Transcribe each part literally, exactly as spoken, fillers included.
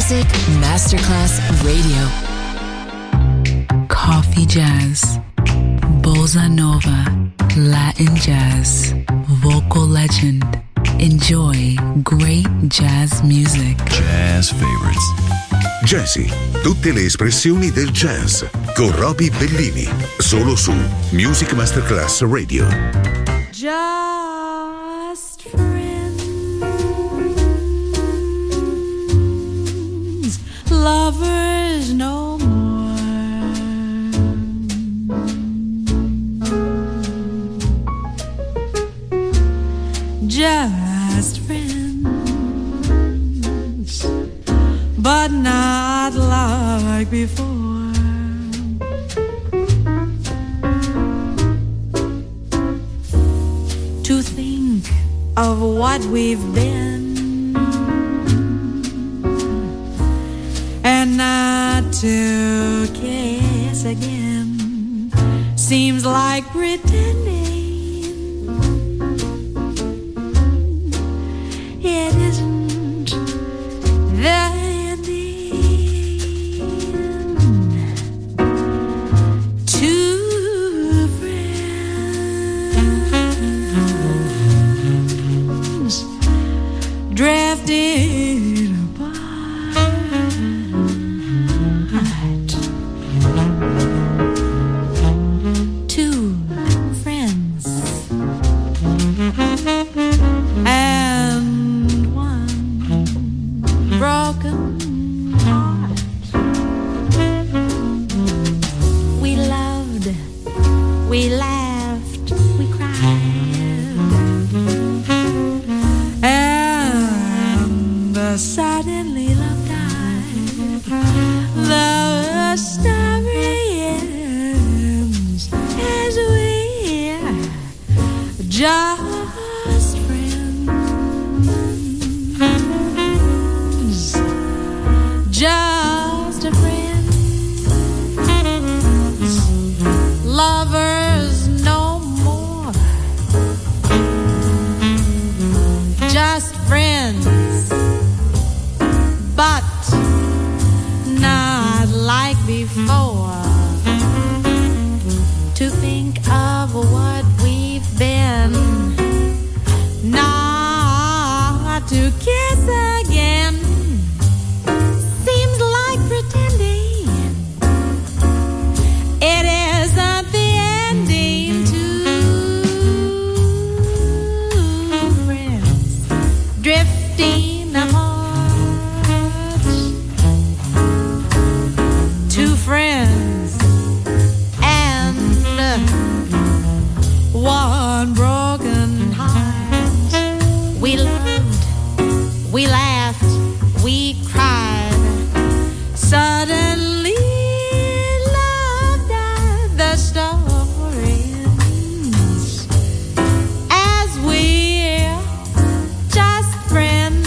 Music Masterclass Radio. Coffee jazz, bossa nova, Latin jazz, vocal legend. Enjoy great jazz music. Jazz favorites. Jazzy, tutte le espressioni del jazz con Roby Bellini, solo su Music Masterclass Radio. Just friends, lovers no more. Just friends, but not like before. To think of what we've been and not to kiss again seems like pretending it isn't the drifted apart. Two friends and one broken heart. We loved, we laughed, we cried, and suddenly love died. The story ends as we're just friends, just friends, lovers no more, just friends, but not like before. To think of what we've been, not to kiss again seems like pretending it isn't the ending. Two friends drifting apart, two friends and one broken heart. We loved, we laughed, we cried. Suddenly love died. The story ends as we're just friends.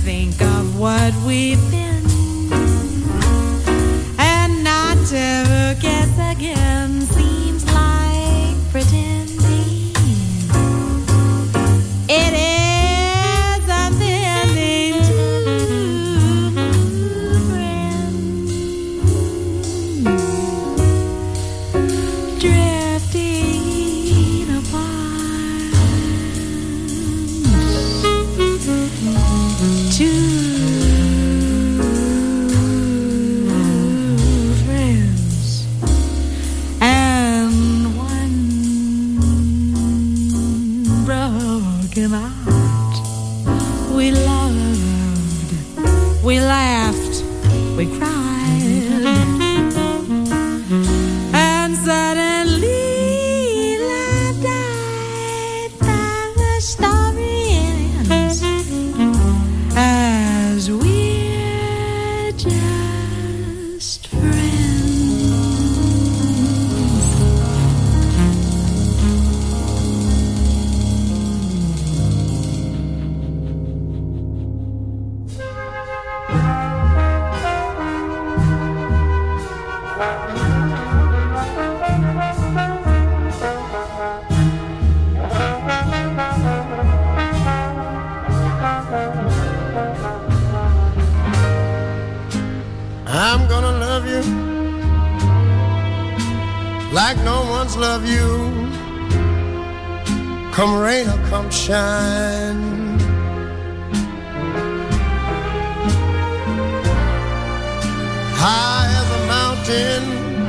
think of what we've been, and not to guess again seems like pretending. It is unending to friends, drifting apart. Two friends and one broken heart. We loved, we laughed, we cried, and suddenly love died. And the story ends as we're just friends. I'm gonna love you like no one's loved you, come rain or come shine. High as a mountain,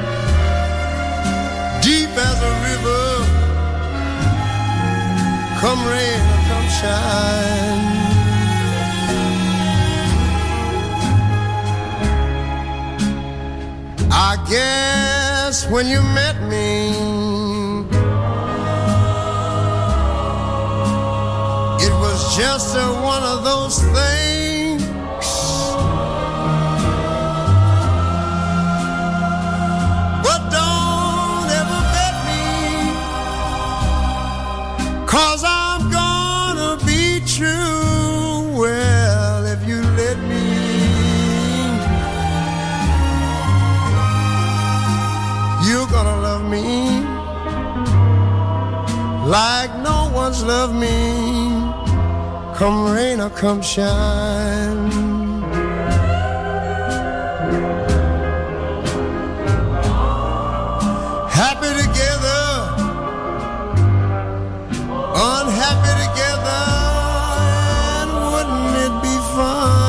deep as a river, come rain or come shine. I guess when you met me, it was just a, one of those things. But don't ever bet me, 'cause I'm gonna be true. Well, if you let me, you're gonna love me like no one's loved me, come rain or come shine. Happy together, unhappy together, and wouldn't it be fun?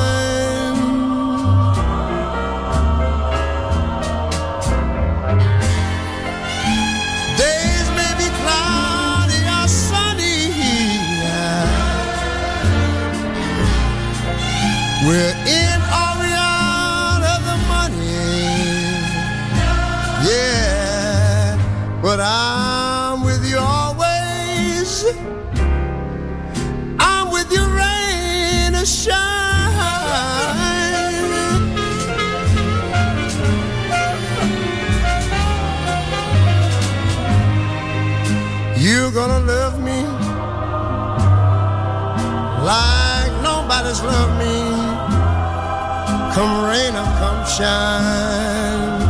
We're in or we out of the money, yeah, but I'm with you always. I'm with you rain or shine. You're gonna love me like nobody's loved me, come rain or come shine.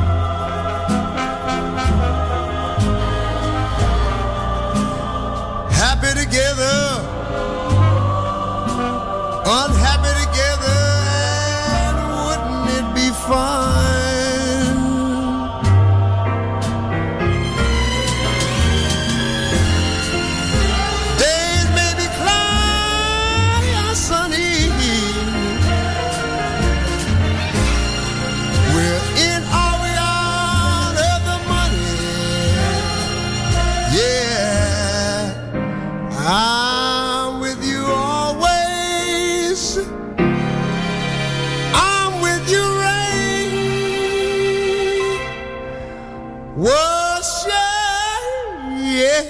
Happy together, unhappy together, and wouldn't it be fun? Days may be cloudy or sunny, we're in or we out of the money, yeah, I'm with you always. I'm with you rain, was yeah.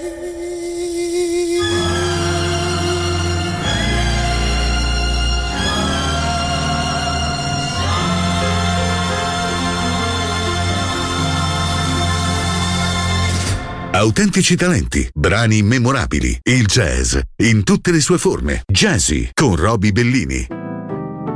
Autentici talenti, brani memorabili, il jazz in tutte le sue forme. Jazzy con Roby Bellini.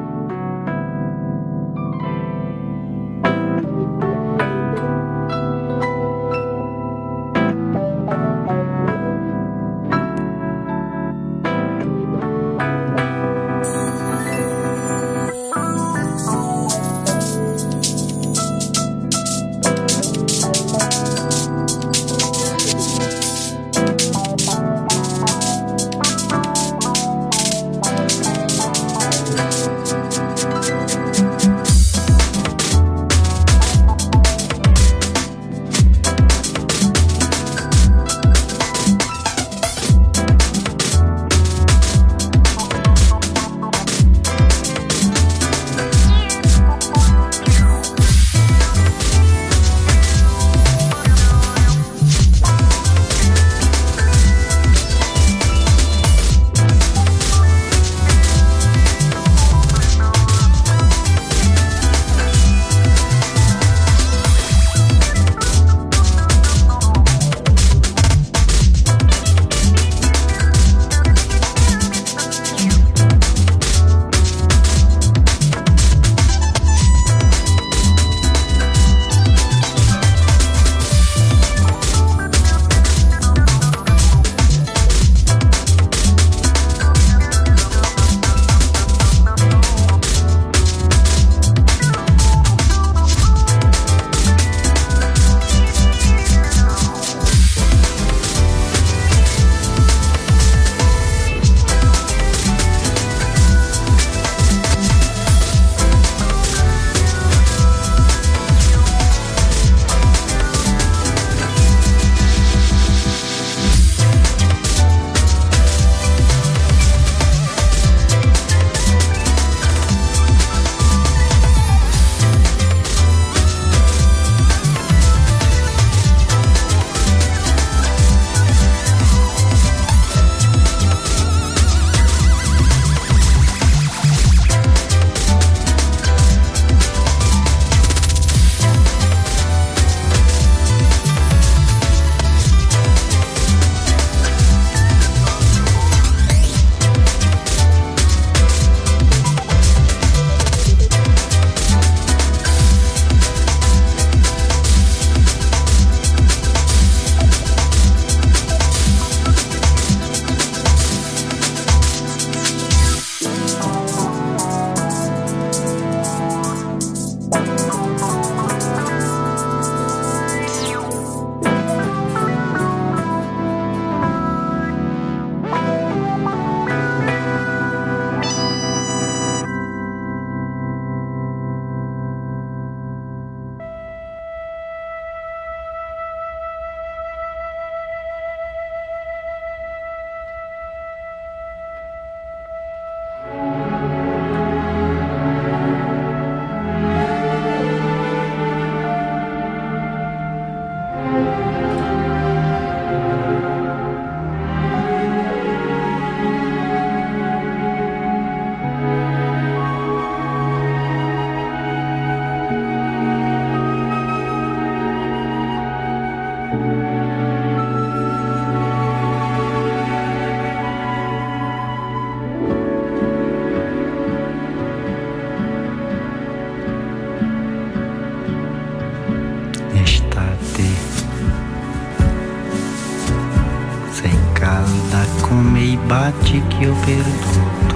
baci che ho perduto.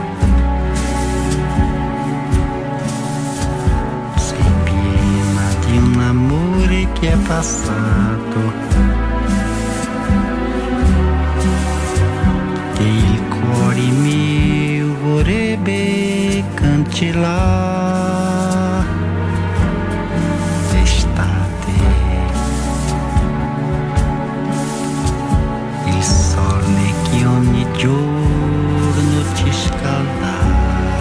Sei piena di un amore che è passato, che il cuore mio vorrebbe cancellare. Estate, il sole che ogni giorno ci scaldava,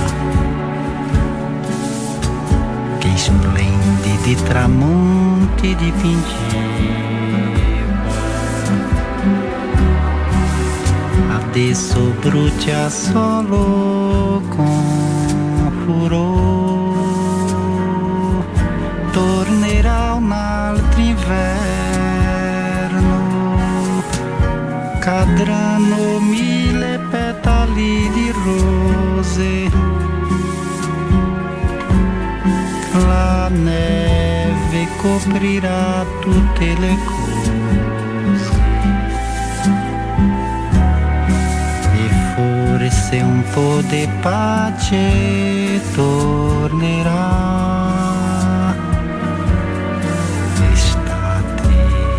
che splendidi tramonti dipingeva. Adesso brucia solo con furore, tornerà un altro inverno, cadranno mille petali di rose, la neve coprirà tutte le cose. Se un po' di pace tornerà. L'estate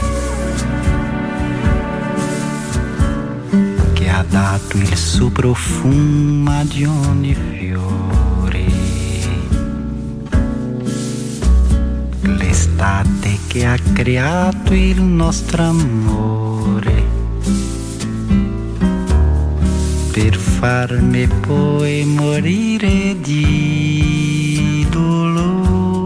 che ha dato il suo profumo a ogni fiore, l'estate che ha creato il nostro amore, per farmi poi morire di dolore.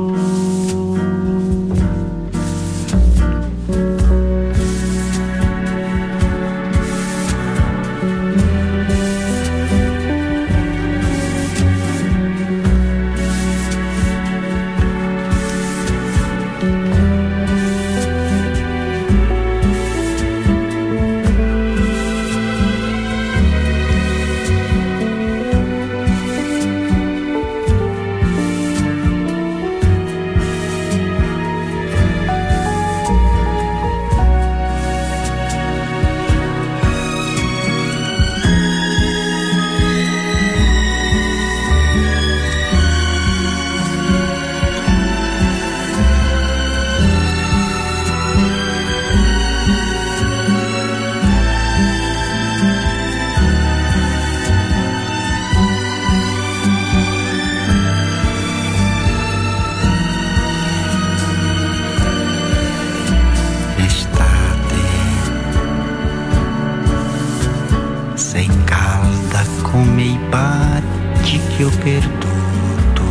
Che ho perduto,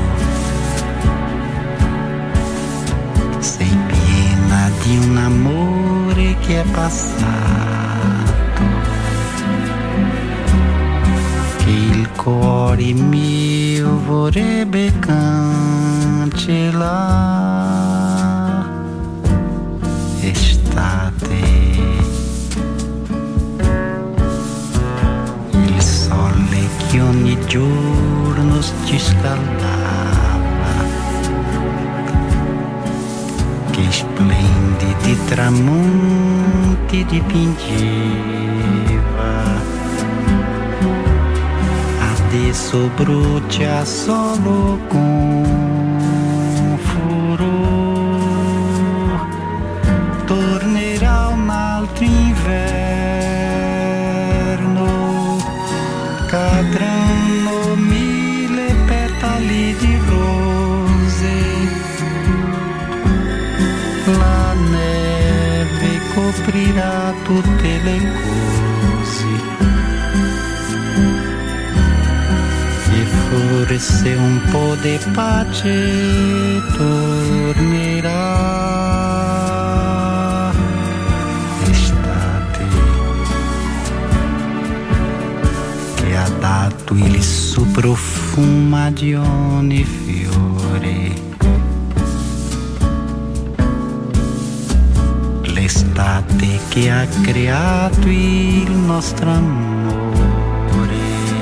sei piena di un amore che è passato, che il cuore mio vorrebbe cancellare. Estate, il sole che ogni giorno ci scaldava, che splendidi tramonti dipingeva. Adesso brucia solo con furore, tornerà un altro inverno, cadranno mille petali di rose, la neve coprirà tutte le cose, e forse un po' di pace tornerà. Estate che ha dato il suo profumo di ogni fiore, l'estate che ha creato il nostro amore,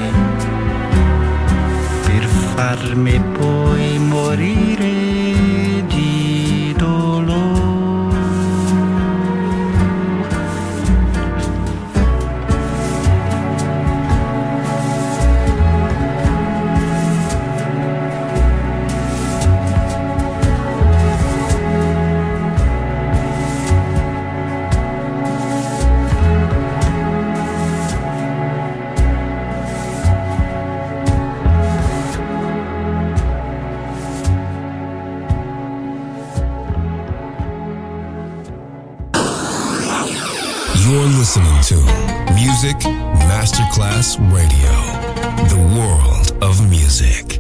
per farmi poi morire di dolore. listening to Music Masterclass Radio, the world of music.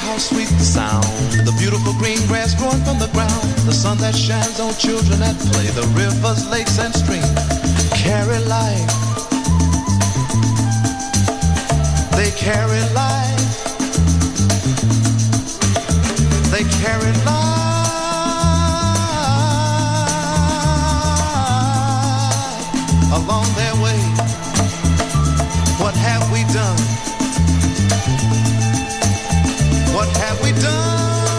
how sweet the sound. The beautiful green grass growing from the ground. The sun that shines on children at play. The rivers, lakes, and streams carry life. They carry life. They carry life along their way. What have we done? What have we done?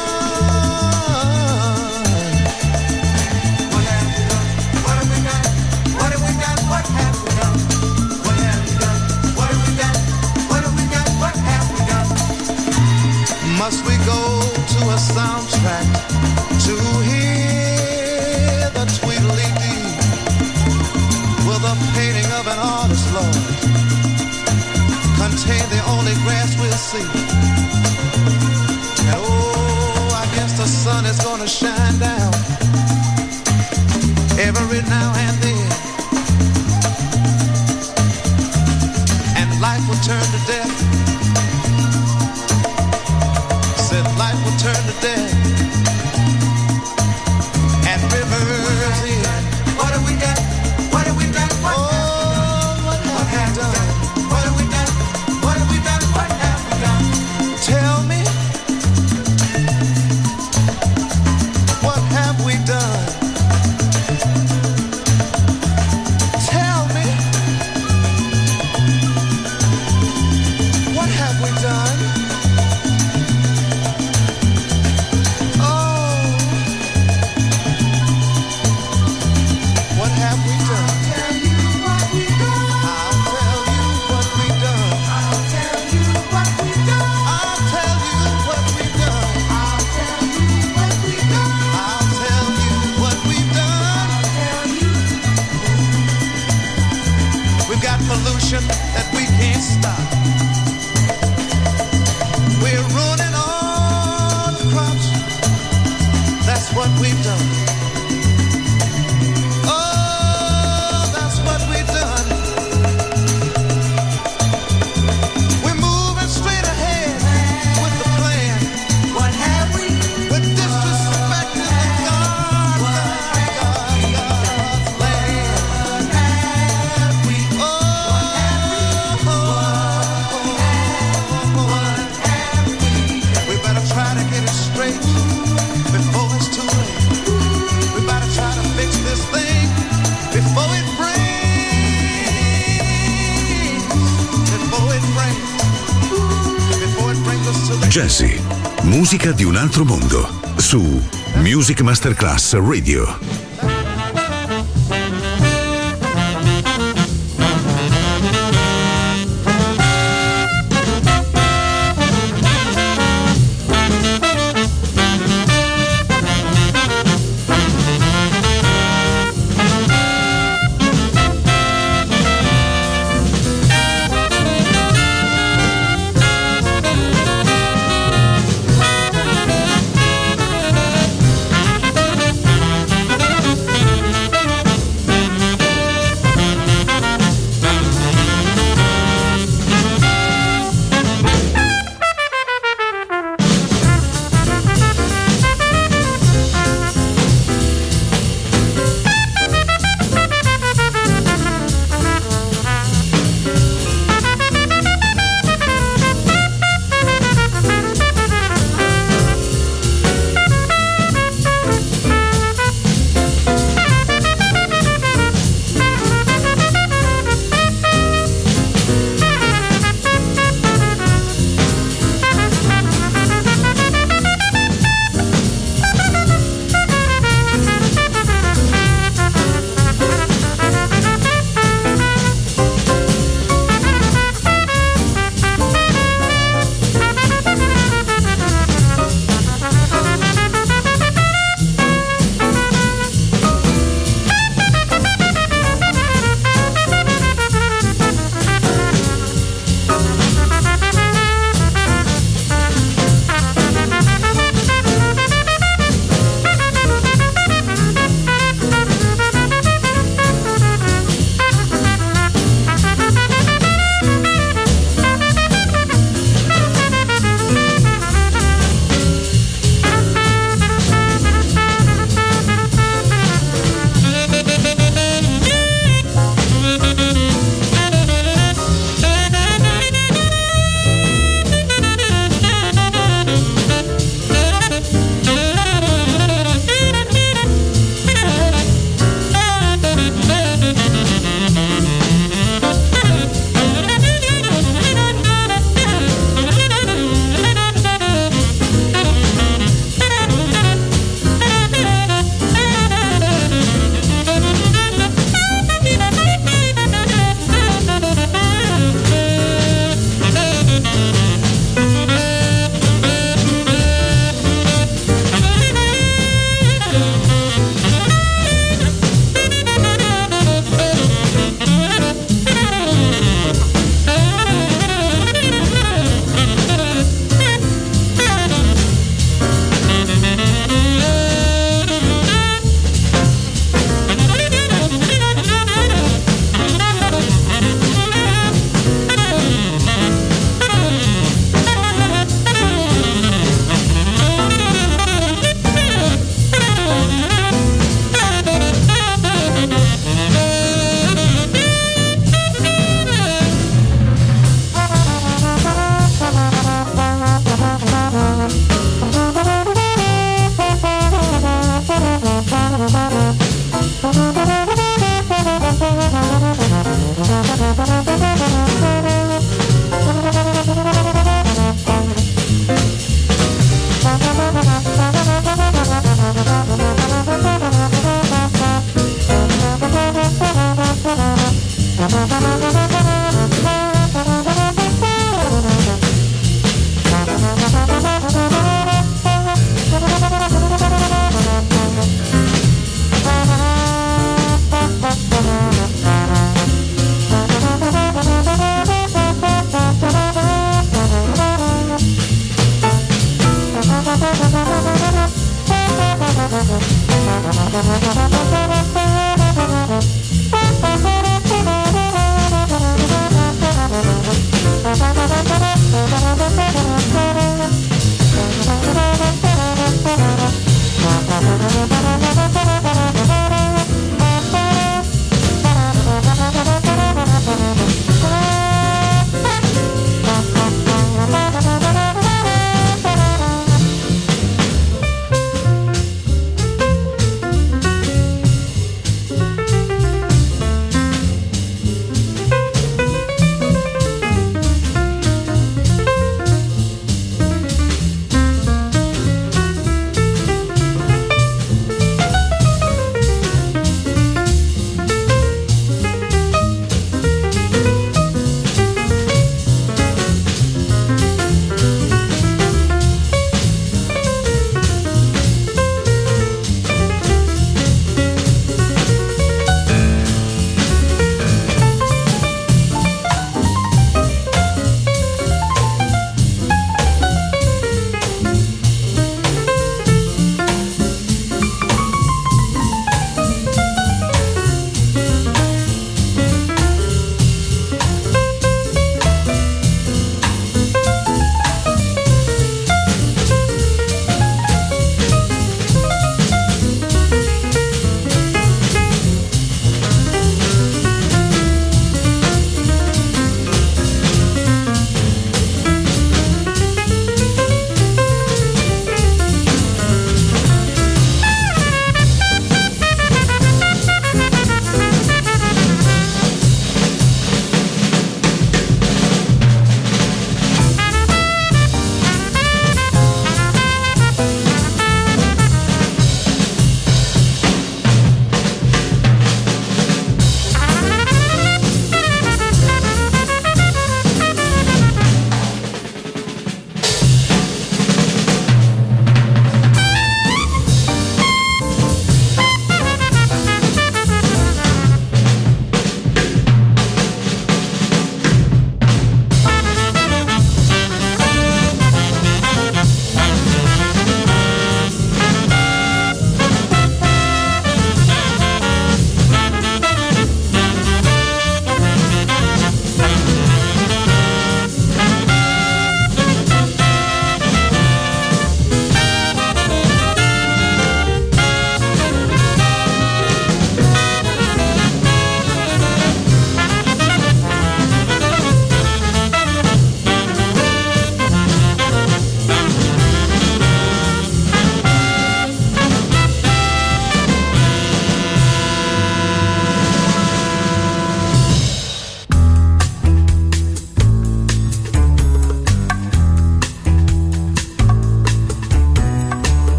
What have we done? What have we done? What have we done? What have we done? What have we done? What have we done? What have we done? What have we done? Must we go to a soundtrack to hear the tweedledee? Will the painting of an artist, Lord, contain the only grass we'll see? And oh, I guess the sun is gonna shine down every now and then, and life will turn to death. Said life will turn to death, and rivers in. What have we done? What have we done? What oh, what have, what have we done? done? What have we done? What have we done? What have we done? Tell me, what have we done? Tell me, what have we done? Oh, what have we done? Pollution that we can't stop. We're ruining all the crops. That's what we've done. Oh, that's what we've done. We're moving straight ahead with the plan. What have we? We're disrespecting the God, God, God, God's land. What have we? Oh, try to get it straight before it's too late. We better try to fix this thing before it breaks. Before it breaks. Before it brings us to the Jazzy, musica di un altro mondo, su Music Masterclass Radio.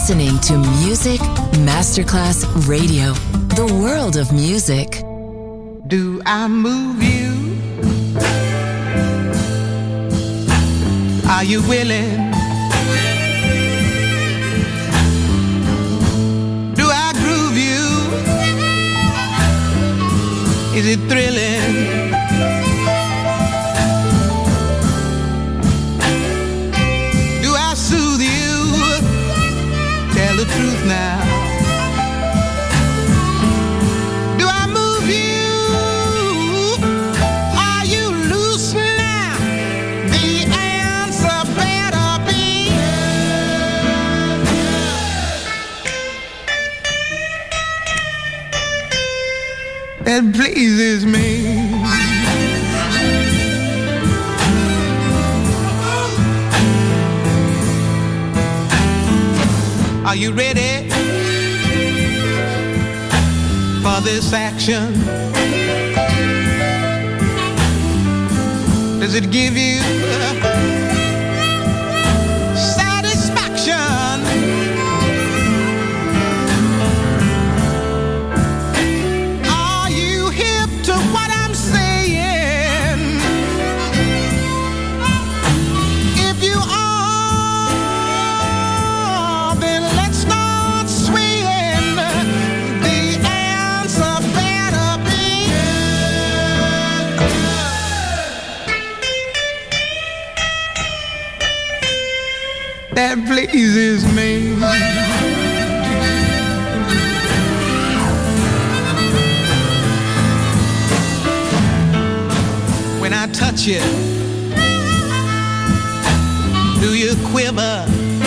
listening to Music Masterclass Radio, the world of music. Do I move you? Are you willing? Do I groove you? Is it thrilling? Do I soothe you? Tell the truth now. Do I move you? Are you loose now? The answer better be that pleases me. Are you ready for this action? Does it give you satisfaction? Are you hip to what I'm saying? If you are, that pleases me. When I touch you, do you quiver?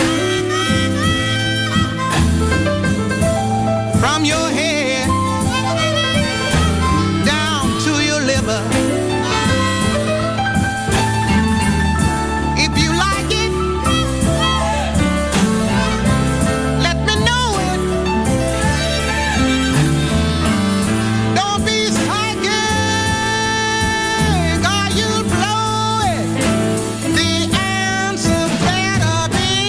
From your head down to your liver. If you like it, be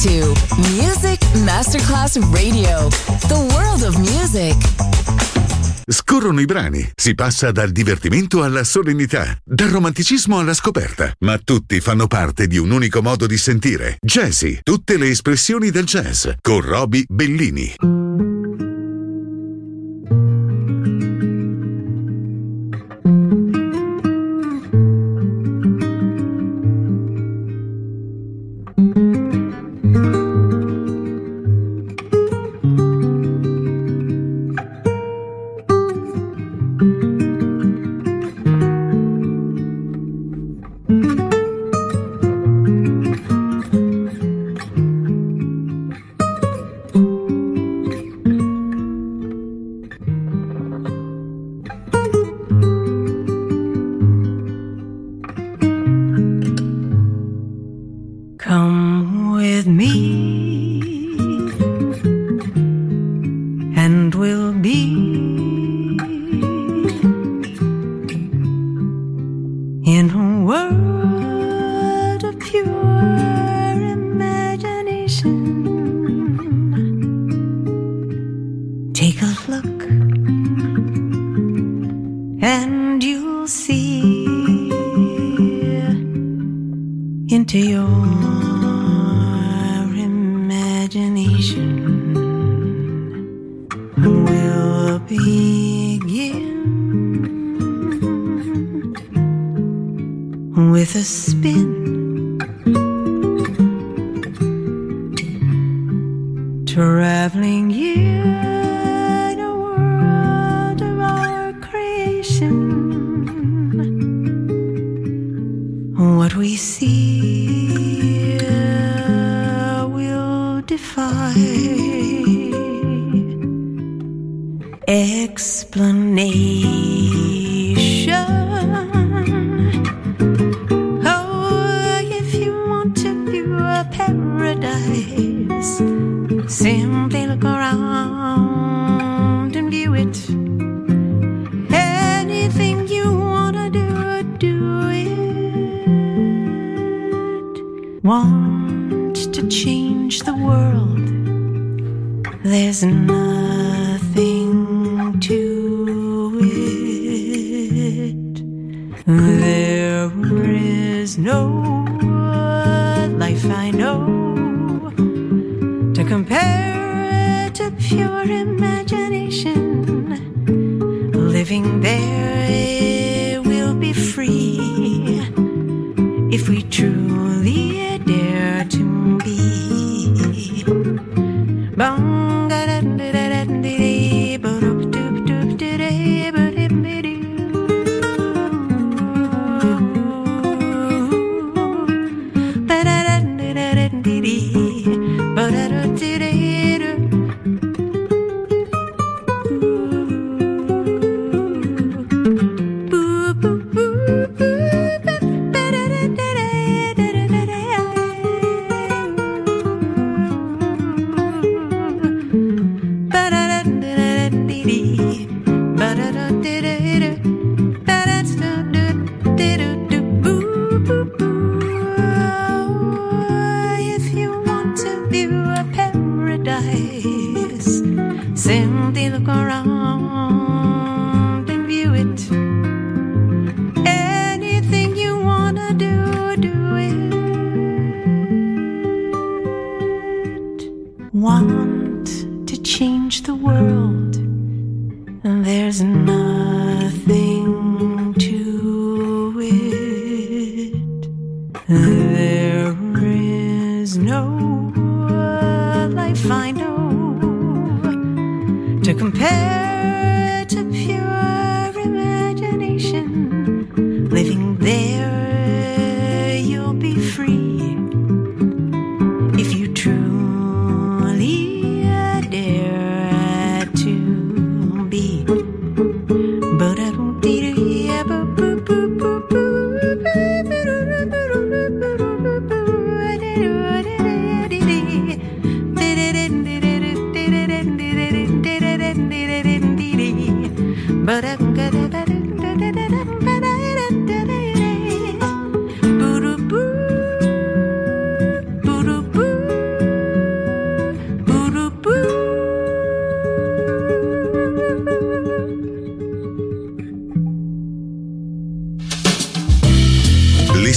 to Music Masterclass Radio, the world of music. Scorrono i brani, si passa dal divertimento alla solennità, dal romanticismo alla scoperta, ma tutti fanno parte di un unico modo di sentire. Jazzy, tutte le espressioni del jazz, con Roby Bellini.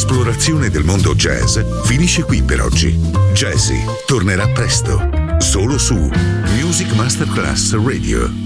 esplorazione del mondo jazz finisce qui per oggi. Jazzy tornerà presto, solo su Music Masterclass Radio.